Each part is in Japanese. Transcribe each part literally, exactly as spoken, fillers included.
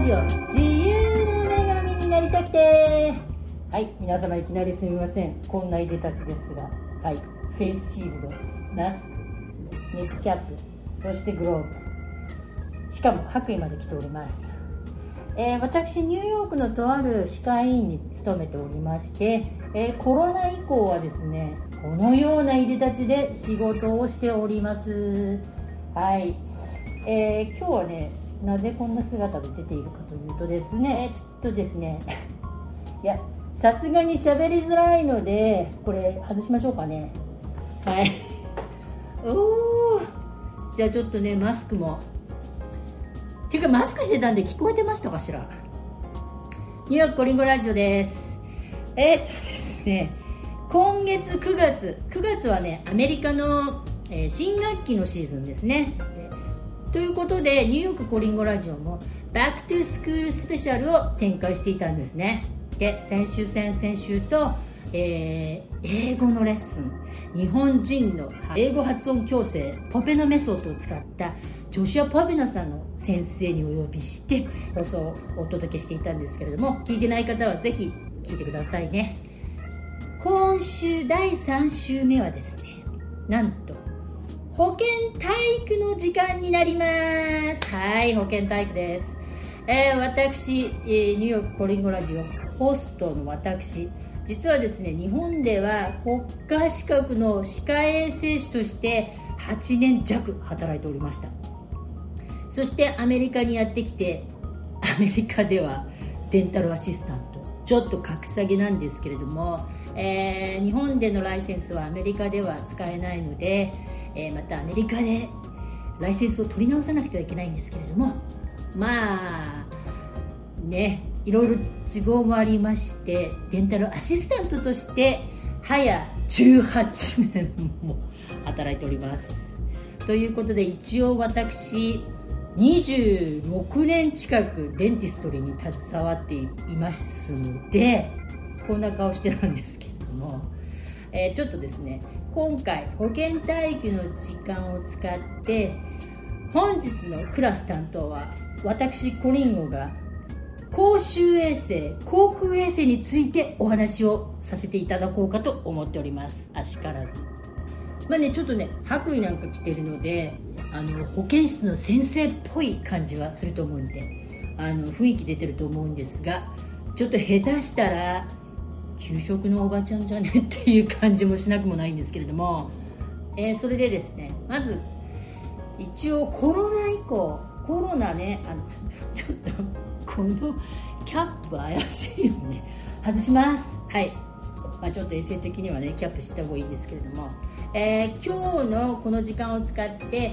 ラジオ自由の女神になりたくて。はい、皆様いきなりすみません。こんないでたちですが、はい、フェイスシールド、ナス、ネックキャップ、そしてグローブ、しかも白衣まで着ております。えー、私ニューヨークのとある歯科医院に勤めておりまして、えー、コロナ以降はですね、このようないでたちで仕事をしております。はい、えー、今日はね、なぜこんな姿で出ているかというとですね、えっとですねいや、さすがに喋りづらいので、これ外しましょうかね。はいおー、じゃあちょっとね、マスクもっていうかマスクしてたんで聞こえてましたかしら。ニューヨークコリンゴラジオです。えー、っとですね今月くがつくがつはね、アメリカの、えー、新学期のシーズンですね。ということでニューヨークコリンゴラジオもバックトゥスクールスペシャルを展開していたんですね。で、先週先々週と、えー、英語のレッスン、日本人の英語発音矯正ポペノメソッドを使ったジョシュア・ポペノさんの先生にお呼びして放送をお届けしていたんですけれども、聞いてない方はぜひ聞いてくださいね。今週だいさん週目はですね、なんと保健体育の時間になります。はい、保健体育です。えー、私、えー、ニューヨークコリンゴラジオホストの私、実はですね、日本では国家資格の歯科衛生士としてはちねん弱働いておりました。そしてアメリカにやってきて、アメリカではデンタルアシスタント、ちょっと格下げなんですけれども、えー、日本でのライセンスはアメリカでは使えないので、えー、またアメリカでライセンスを取り直さなくてはいけないんですけれども、まあね、いろいろ都合もありまして、デンタルアシスタントとして早じゅうはちねんも働いております。ということで、一応私にじゅうろくねん近くデンティストリーに携わっていますので、こんな顔してるんですけれども、えー、ちょっとですね、今回保健体育の時間を使って本日のクラス担当は私コリンゴが公衆衛生、口腔衛生についてお話をさせていただこうかと思っております。あしからず。まあね、ちょっとね、白衣なんか着てるので、あの保健室の先生っぽい感じはすると思うんで、あの雰囲気出てると思うんですが、ちょっと下手したら給食のおばちゃんじゃねっていう感じもしなくもないんですけれども、えー、それでですね、まず一応コロナ以降、コロナね、あのちょっとこのキャップ怪しいよね。外します。はい、まあ、ちょっと衛生的にはねキャップした方がいいんですけれども、えー、今日のこの時間を使って、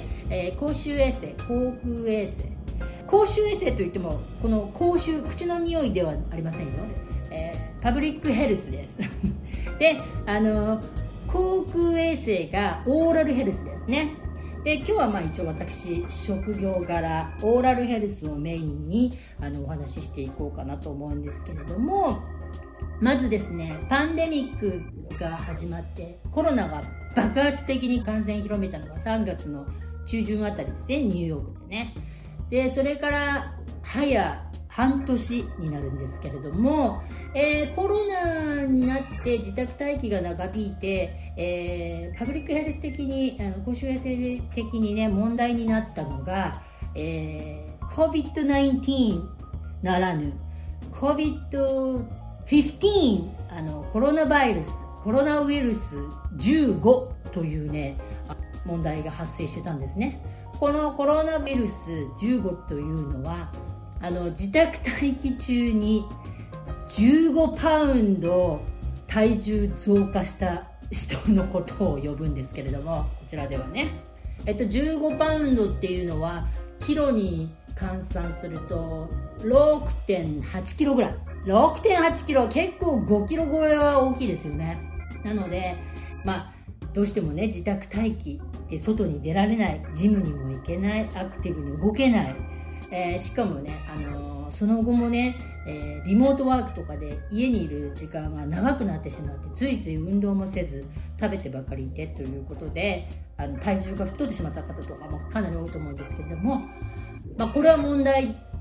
えー、公衆衛生、口腔衛生、公衆衛生といってもこの口臭、口の匂いではありませんよ。えー、パブリックヘルスですで、あの口腔衛生がオーラルヘルスですね。で、今日はまあ一応私職業柄オーラルヘルスをメインにあのお話ししていこうかなと思うんですけれども、まずですね、パンデミックが始まってコロナが爆発的に感染広めたのがさんがつの中旬あたりですね、ニューヨークでね。で、それから早半年になるんですけれども、えー、コロナになって自宅待機が長引いて、えー、パブリックヘルス的に、あの公衆衛生的にね問題になったのが、えー、コビッドナインティーン ならぬ コビッドフィフティーン、 あのコロナバイルスコロナウイルスじゅうごというね問題が発生してたんですね。このコロナウイルスじゅうごというのは、あの自宅待機中にじゅうごパウンド体重増加した人のことを呼ぶんですけれども、こちらではね、えっと、じゅうごパウンドっていうのはキロに換算すると ろくてんはちキロぐらい。ろくてんはちキロ、結構ごキロ超えは大きいですよね。なので、まあどうしてもね、自宅待機で外に出られない、ジムにも行けない、アクティブに動けない、えー、しかもね、あのー、その後もね、えー、リモートワークとかで家にいる時間が長くなってしまって、ついつい運動もせず食べてばかりいてということで、あの体重が太ってしまった方とかもかなり多いと思うんですけれども、まあ、これは問題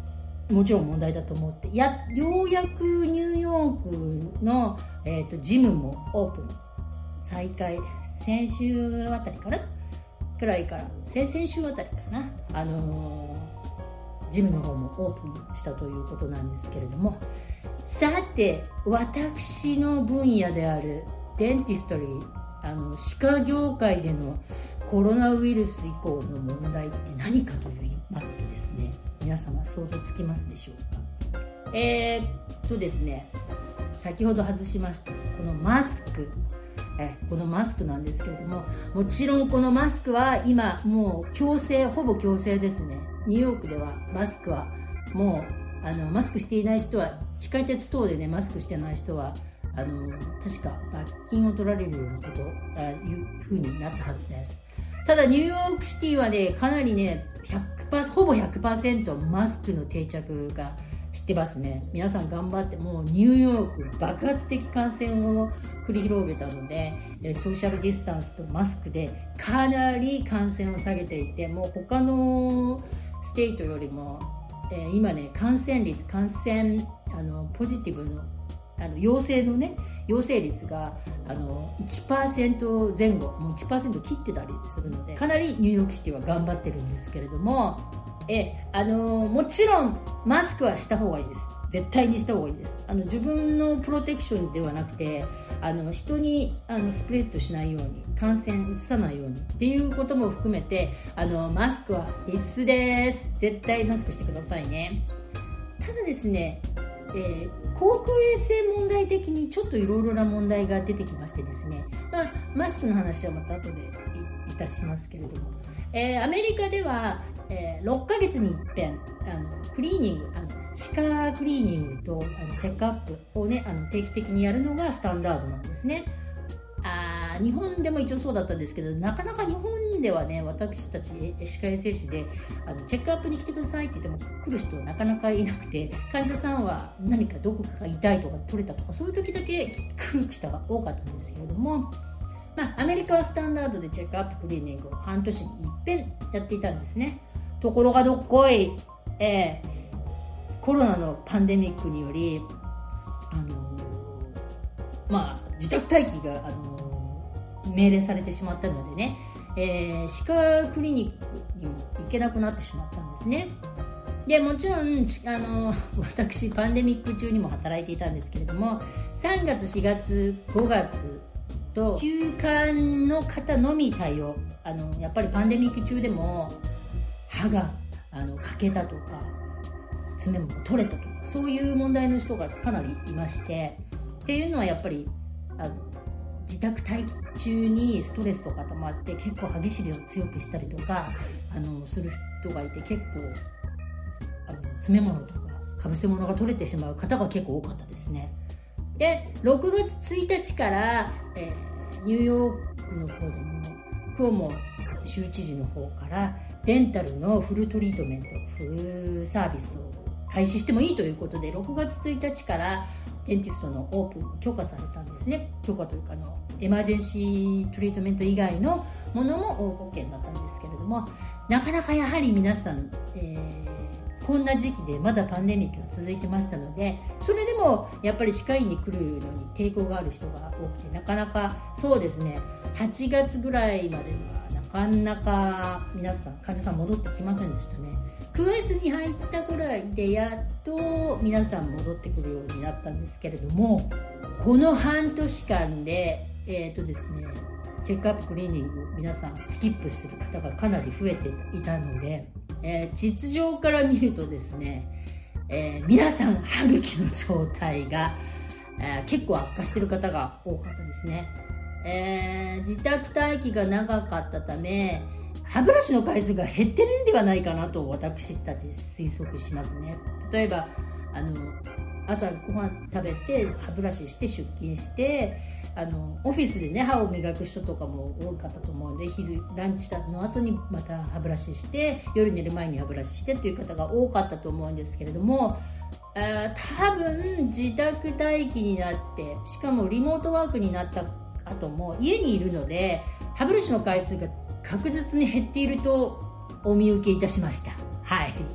もちろん問題だと思って、やようやくニューヨークの、えーと、ジムもオープン再開、先週あたりかなくらいから先々週あたりかな、あのー、ジムの方もオープンしたということなんですけれども、さて私の分野であるデンティストリー、あの歯科業界でのコロナウイルス以降の問題って何かと言いますとですね、皆様想像つきますでしょうか。えー、っとですね先ほど外しましたこのマスク、えこのマスクなんですけれども、もちろんこのマスクは今もう強制、ほぼ強制ですね。ニューヨークではマスクはもうあのマスクしていない人は、地下鉄等でねマスクしてない人はあの確か罰金を取られるようなことあいう風になったはずです。ただニューヨークシティはねかなりねひゃくパーセントほぼ ひゃくパーセント マスクの定着がしてますね。皆さん頑張って、もうニューヨーク爆発的感染を繰り広げたので、ソーシャルディスタンスとマスクでかなり感染を下げていて、もう他のステートよりも、えー、今ね感染率感染あのポジティブのあの陽性のね陽性率があの いちパーセント 前後、もう いちパーセント 切ってたりするので、かなりニューヨークシティは頑張ってるんですけれども、えあのもちろんマスクはした方がいいです。絶対にした方がいいです。あの自分のプロテクションではなくて、あの人にあのスプレッドしないように、感染移さないようにっていうことも含めて、あのマスクは必須です。絶対マスクしてくださいね。ただですね、えー、航空衛生問題的にちょっといろいろな問題が出てきましてですね、まあ、マスクの話はまた後で い, いたしますけれども、えー、アメリカでは、えー、ろっかげつにいっぺんあのクリーニング、あの歯科クリーニングとあのチェックアップを、ね、あの定期的にやるのがスタンダードなんですね。あ日本でも一応そうだったんですけど、なかなか日本ではね、私たち歯科衛生士であのチェックアップに来てくださいって言っても来る人なかなかいなくて、患者さんは何かどこかが痛いとか取れたとかそういう時だけ来る人が多かったんですけれども、まあ、アメリカはスタンダードでチェックアップクリーニングを半年にいっぺんやっていたんですね。ところがどっこい、えー、コロナのパンデミックにより、あのー、まあ自宅待機が、あのー、命令されてしまったのでね、えー、歯科クリニックにも行けなくなってしまったんですね。でもちろん、あのー、私パンデミック中にも働いていたんですけれども、さんがつしがつごがつと休館の方のみ対応、あのやっぱりパンデミック中でも歯があの欠けたとか爪も取れたとか、そういう問題の人がかなりいまして、っていうのはやっぱりあの自宅待機中にストレスとか溜まって結構歯ぎしりを強くしたりとかあのする人がいて、結構あの詰め物とかかぶせ物が取れてしまう方が結構多かったですね。でろくがつついたちから、えー、ニューヨークの方でもクオモ州知事の方からデンタルのフルトリートメント、フルサービスを開始してもいいということで、ろくがつついたちからデンティストのオープン許可されたんですね。許可というかのエマージェンシートリートメント以外のものも OK だったんですけれども、なかなかやはり皆さん、えー、こんな時期でまだパンデミックが続いてましたので、それでもやっぱり歯科医に来るのに抵抗がある人が多くて、なかなかそうですね、はちがつぐらいまではなかなか皆さん患者さん戻ってきませんでしたね。くがつに入ったぐらいでやっと皆さん戻ってくるようになったんですけれども、この半年間でえーとですね、チェックアップクリーニング皆さんスキップする方がかなり増えていたので、えー、実情から見るとですね、えー、皆さん歯茎の状態が、えー、結構悪化している方が多かったですね。えー、自宅待機が長かったため歯ブラシの回数が減ってるんではないかなと私たち推測しますね。例えばあの朝ご飯食べて歯ブラシして出勤して、あのオフィスでね歯を磨く人とかも多かったと思うので、昼ランチの後にまた歯ブラシして、夜寝る前に歯ブラシしてという方が多かったと思うんですけれども、あ多分自宅待機になって、しかもリモートワークになった後も家にいるので歯ブラシの回数が確実に減っているとお見受けいたしました。はい。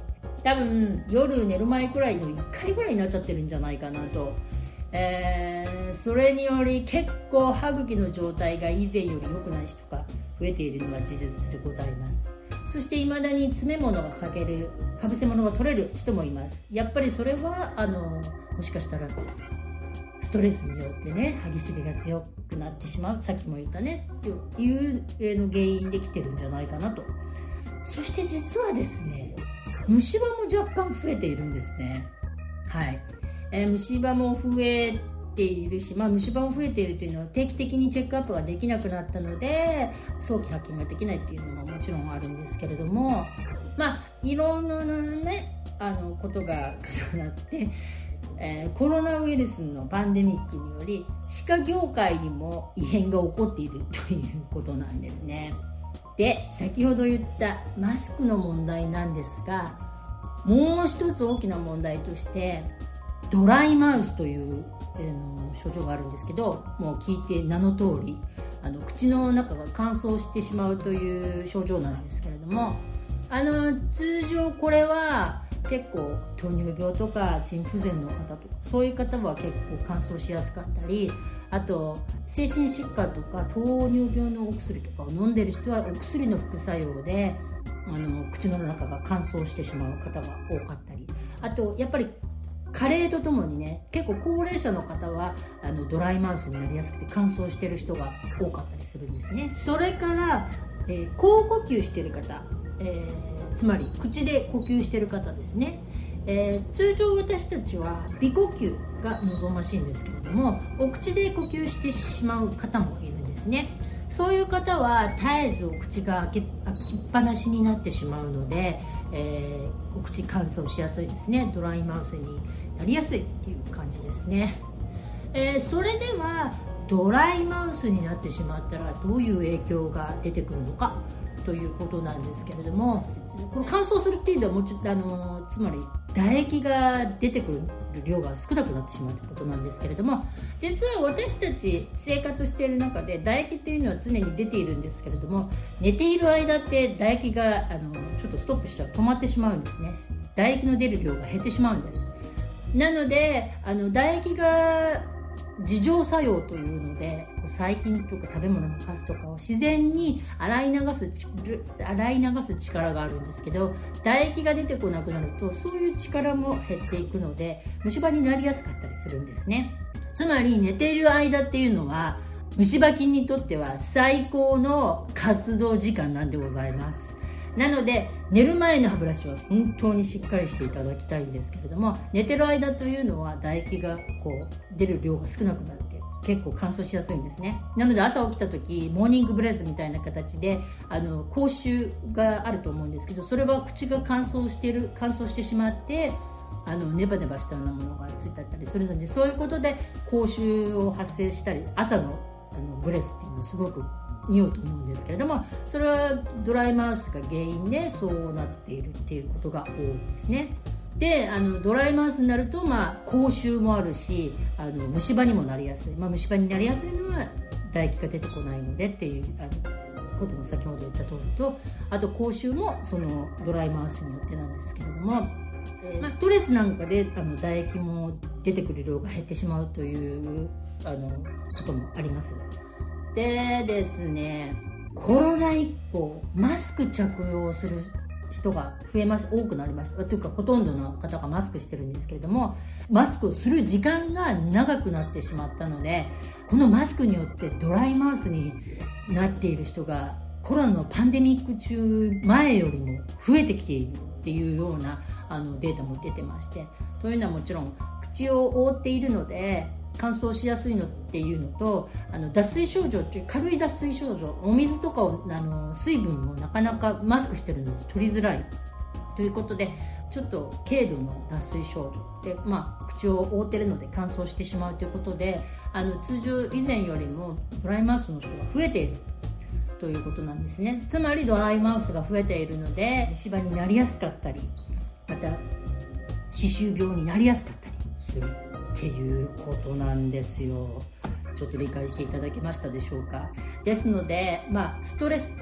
多分夜寝る前くらいのいっかいぐらいになっちゃってるんじゃないかなと、えー、それにより結構歯茎の状態が以前より良くない人が増えているのは事実でございます。そして未だに詰め物がかける、かぶせ物が取れる人もいます。やっぱりそれはあのもしかしたらストレスによってね、歯ぎしりが強くなってしまう、さっきも言ったねというの原因できてるんじゃないかなと。そして実はですね、虫歯も若干増えているんですね。はい、えー、虫歯も増えているし、まあ、虫歯も増えているというのは定期的にチェックアップができなくなったので早期発見ができないっていうのももちろんあるんですけれども、まあいろんなねあのことが重なって、えー、コロナウイルスのパンデミックにより歯科業界にも異変が起こっているということなんですね。で、先ほど言ったマスクの問題なんですが、もう一つ大きな問題としてドライマウスという、えー、症状があるんですけど、もう聞いて名の通りあの口の中が乾燥してしまうという症状なんですけれども、あの通常これは結構糖尿病とか腎不全の方とかそういう方は結構乾燥しやすかったり、あと精神疾患とか糖尿病のお薬とかを飲んでる人はお薬の副作用であの口の中が乾燥してしまう方が多かったり、あとやっぱり加齢とともにね、結構高齢者の方はあのドライマウスになりやすくて乾燥してる人が多かったりするんですね。それから、えー、口呼吸してる方、えー、つまり口で呼吸してる方ですね、えー、通常私たちは鼻呼吸が望ましいんですけれども、お口で呼吸してしまう方もいるんですね。そういう方は絶えずお口が開け、開きっぱなしになってしまうので、えー、お口乾燥しやすいですね。ドライマウスになりやすいっていう感じですね。えー、それではドライマウスになってしまったらどういう影響が出てくるのかということなんですけれども、この乾燥するっていうのはもちあのつまり唾液が出てくる量が少なくなってしまうということなんですけれども、実は私たち生活している中で唾液っていうのは常に出ているんですけれども、寝ている間って唾液があのちょっとストップしちゃう、止まってしまうんですね。唾液の出る量が減ってしまうんです。なのであの唾液が自浄作用というので細菌とか食べ物のカスとかを自然に洗い流す洗い流す力があるんですけど、唾液が出てこなくなるとそういう力も減っていくので虫歯になりやすかったりするんですね。つまり寝ている間っていうのは虫歯菌にとっては最高の活動時間なんでございます。なので寝る前の歯ブラシは本当にしっかりしていただきたいんですけれども、寝てる間というのは唾液がこう出る量が少なくなって結構乾燥しやすいんですね。なので朝起きた時モーニングブレスみたいな形であの口臭があると思うんですけど、それは口が乾燥している乾燥してしまってあのネバネバしたようなものがついてあったりするので、そういうことで口臭を発生したり朝のあのブレスっていうのはすごく匂うと思うんですけれども、それはドライマウスが原因でそうなっているっていうことが多いですね。であのドライマウスになると、まあ、口臭もあるしあの虫歯にもなりやすい、まあ、虫歯になりやすいのは唾液が出てこないのでっていうあのことも先ほど言った通りと、あと口臭もそのドライマウスによってなんですけれども、えー、ストレスなんかであの唾液も出てくる量が減ってしまうというあのこともあります。でですね、コロナ以降マスク着用する人が増えまし多くなりましたというか、ほとんどの方がマスクしてるんですけれども、マスクをする時間が長くなってしまったので、このマスクによってドライマウスになっている人がコロナのパンデミック中前よりも増えてきているっていうようなあのデータも出てまして、というのはもちろん口を覆っているので乾燥しやすいのっていうのと、あの脱水症状っていう軽い脱水症状、お水とかをあの水分をなかなかマスクしてるので取りづらいということで、ちょっと軽度の脱水症状で、まあ、口を覆ってるので乾燥してしまうということで、あの通常以前よりもドライマウスの人が増えているということなんですね。つまりドライマウスが増えているので虫歯になりやすかったり、また歯周病になりやすかったりするっていうことなんですよ。ちょっと理解していただけましたでしょうか。ですので、まあ、ストレスも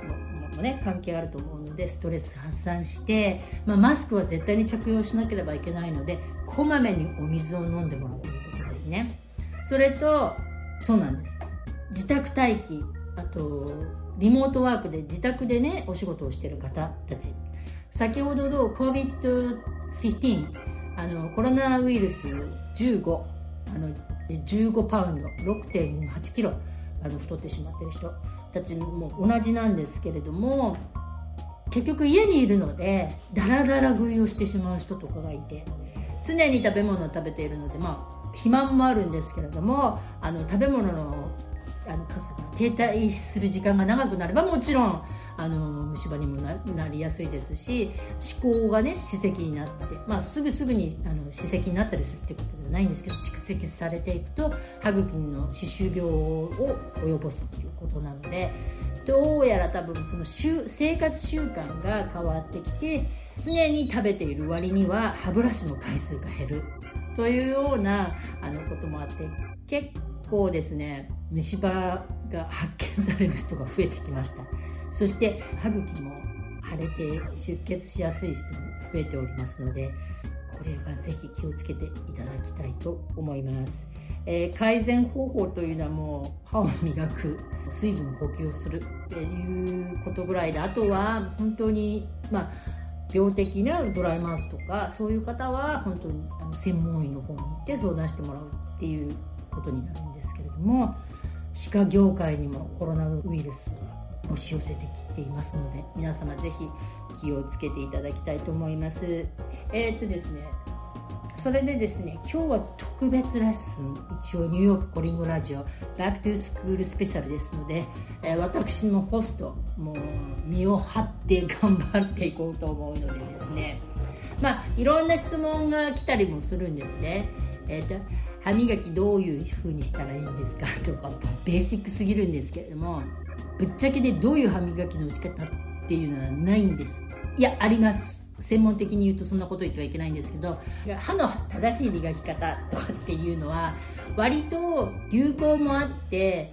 もね関係あると思うので、ストレス発散して、まあ、マスクは絶対に着用しなければいけないので、こまめにお水を飲んでもらうということですね。それとそうなんです、自宅待機、あとリモートワークで自宅でねお仕事をしている方たち、先ほどの コービッドじゅうご あのコロナウイルスじゅうご、あのじゅうごパウンド ろくてんはちキロあの太ってしまっている人たちも同じなんですけれども、結局家にいるのでダラダラ食いをしてしまう人とかがいて、常に食べ物を食べているので、まあ肥満もあるんですけれども、あの食べ物のあの数が停滞する時間が長くなれば、もちろんあの虫歯にも な, なりやすいですし、歯垢がね歯石になって、まあ、すぐすぐにあの歯石になったりするってことではないんですけど、蓄積されていくと歯茎の歯周病を及ぼすということなので、どうやら多分その生活習慣が変わってきて、常に食べている割には歯ブラシの回数が減るというようなあのこともあって、結構ですね虫歯が発見される人が増えてきました。そして歯茎も腫れて出血しやすい人も増えておりますので、これはぜひ気をつけていただきたいと思います。えー、改善方法というのはもう歯を磨く、水分補給をするっていうことぐらいで、あとは本当にまあ病的なドライマウスとかそういう方は本当にあの専門医の方に行って相談してもらうっていうことになるんですけれども、歯科業界にもコロナウイルスが押し寄せてきていますので、皆様ぜひ気をつけていただきたいと思います。えーっとですねそれでですね今日は特別レッスン、一応ニューヨークコリンゴラジオバックトゥースクールスペシャルですので、えー、私もホストもう身を張って頑張っていこうと思うのでですね、まあいろんな質問が来たりもするんですね。えー、と歯磨きどういう風にしたらいいんですかとか、ベーシックすぎるんですけれども、ぶっちゃけでどういう歯磨きの仕方っていうのはないんです。いや、あります。専門的に言うとそんなこと言ってはいけないんですけど、歯の正しい磨き方とかっていうのは割と流行もあって、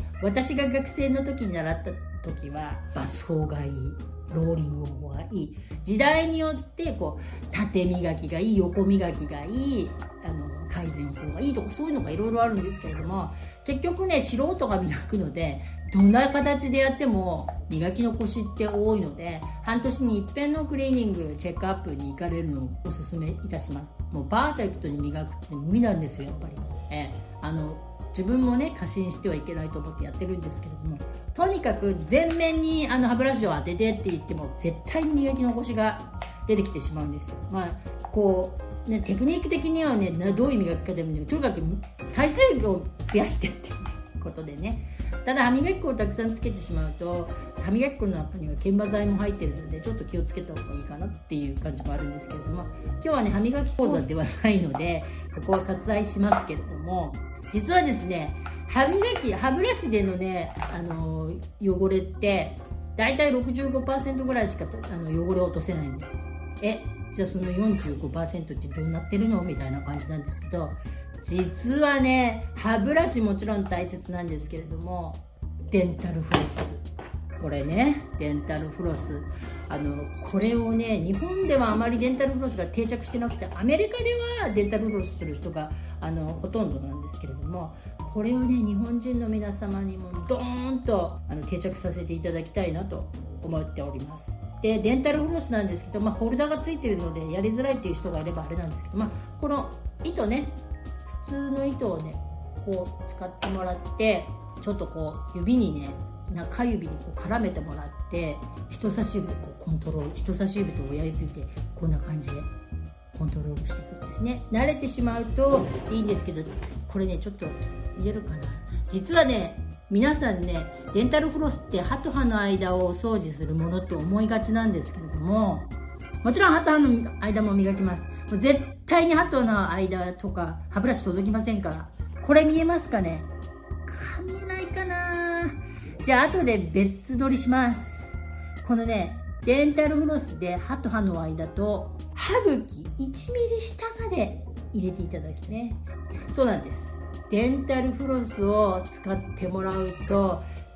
私が学生の時に習った時はバス法がいい、ローリング法がいい、時代によってこう縦磨きがいい、横磨きがいい、あの改善法がいいとか、そういうのがいろいろあるんですけれども、結局ね素人が磨くのでどんな形でやっても磨き残しって多いので、半年に一遍のクリーニングチェックアップに行かれるのをおすすめいたします。もうパーフェクトに磨くって無理なんですよ、やっぱり。えあの自分もね過信してはいけないと思ってやってるんですけれども、とにかく全面にあの歯ブラシを当ててって言っても絶対に磨き残しが出てきてしまうんですよ。まあこうね、テクニック的にはねどういう磨き方でも、ね、とにかく回数を増やしてっていうことでね。ただ歯磨き粉をたくさんつけてしまうと、歯磨き粉の中には研磨剤も入ってるのでちょっと気をつけた方がいいかなっていう感じもあるんですけれども、今日はね歯磨き講座ではないのでここは割愛しますけれども、実はですね歯磨き歯ブラシでのねあの汚れってだいたい ろくじゅうごパーセント ぐらいしかあの汚れを落とせないんです。えじゃあその よんじゅうごパーセント ってどうなってるのみたいな感じなんですけど、実はね歯ブラシもちろん大切なんですけれども、デンタルフロス、これねデンタルフロス、あのこれをね日本ではあまりデンタルフロスが定着してなくて、アメリカではデンタルフロスする人があのほとんどなんですけれども、これをね日本人の皆様にもドーンとあの定着させていただきたいなと思っております。でデンタルフロスなんですけど、まあ、ホルダーがついてるのでやりづらいっていう人がいればあれなんですけど、まあ、この糸ね普通の糸をねこう使ってもらって、ちょっとこう指にね中指にこう絡めてもらって、人差し指でこうコントロール、人差し指と親指でこんな感じでコントロールしていくんですね。慣れてしまうといいんですけど、これねちょっと見えるかな、実はね皆さんねデンタルフロスって歯と歯の間をお掃除するものって思いがちなんですけれども、もちろん歯と歯の間も磨きます。もう絶対に歯と歯の間とか歯ブラシ届きませんから。これ見えますかね、か見えないかな。じゃあ後で別撮りします。このねデンタルフロスで歯と歯の間と歯茎いちミリ下まで入れていただきね。そうなんです、デンタルフロスを使ってもらうと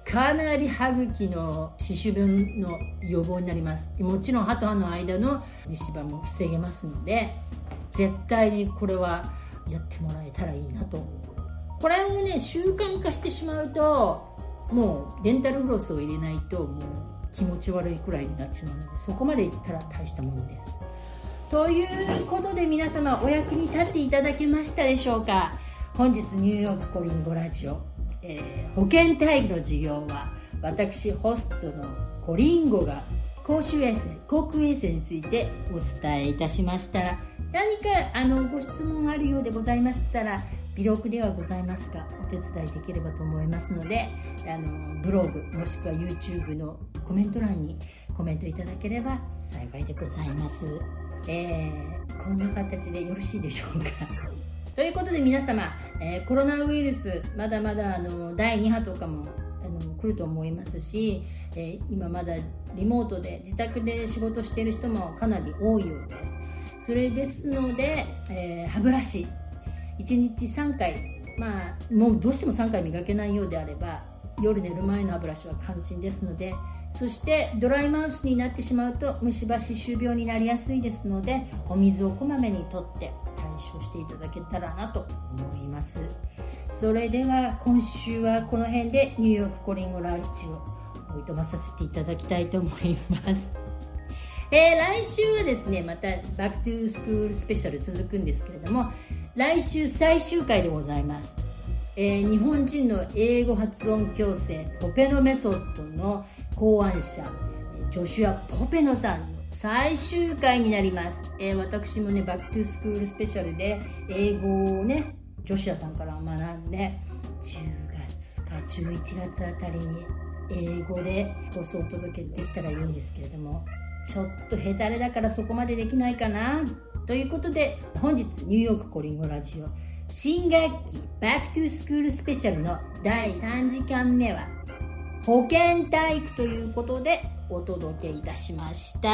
かなり歯茎の歯周病の予防になります。もちろん歯と歯の間の虫歯も防げますので、絶対にこれはやってもらえたらいいなと思う。これをね習慣化してしまうと、もうデンタルフロスを入れないともう気持ち悪いくらいになってしまうので、そこまでいったら大したものです。ということで皆様お役に立っていただけましたでしょうか。本日ニューヨークコリンゴラジオ、えー、保健体育の授業は私ホストのコリンゴが公衆衛生、口腔衛生についてお伝えいたしました。何かあのご質問あるようでございましたら、微録ではございますがお手伝いできればと思いますので、あのブログもしくは YouTube のコメント欄にコメントいただければ幸いでございます。えー、こんな形でよろしいでしょうか。ということで皆様、えー、コロナウイルスまだまだあのだいに波とかもあの来ると思いますし、えー、今まだリモートで自宅で仕事している人もかなり多いようです。それですので、えー、歯ブラシいちにちさんかい、まあもうどうしてもさんかい磨けないようであれば夜寝る前の歯ブラシは肝心ですので、そしてドライマウスになってしまうと虫歯歯周病になりやすいですので、お水をこまめにとって対処していただけたらなと思います。それでは今週はこの辺でニューヨークコリンゴラジオをおいとまさせていただきたいと思います。えー、来週はですねまたバックトゥースクールスペシャル続くんですけれども、来週最終回でございます。えー、日本人の英語発音矯正ポペノメソッドの考案者ジョシュア・ポペノさんの最終回になります。えー、私もねバックトゥースクールスペシャルで英語をねジョシュアさんから学んで、じゅうがつかじゅういちがつあたりに英語で放送をお届けできたらいいんですけれども、ちょっとヘタレだからそこまでできないかなということで、本日ニューヨークコリンゴラジオ新学期バックトゥースクールスペシャルのだいさんじかんめは保健体育ということでお届けいたしました。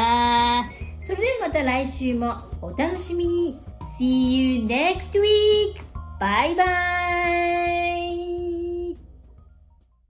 それではまた来週もお楽しみに。 See you next week! バイバイ。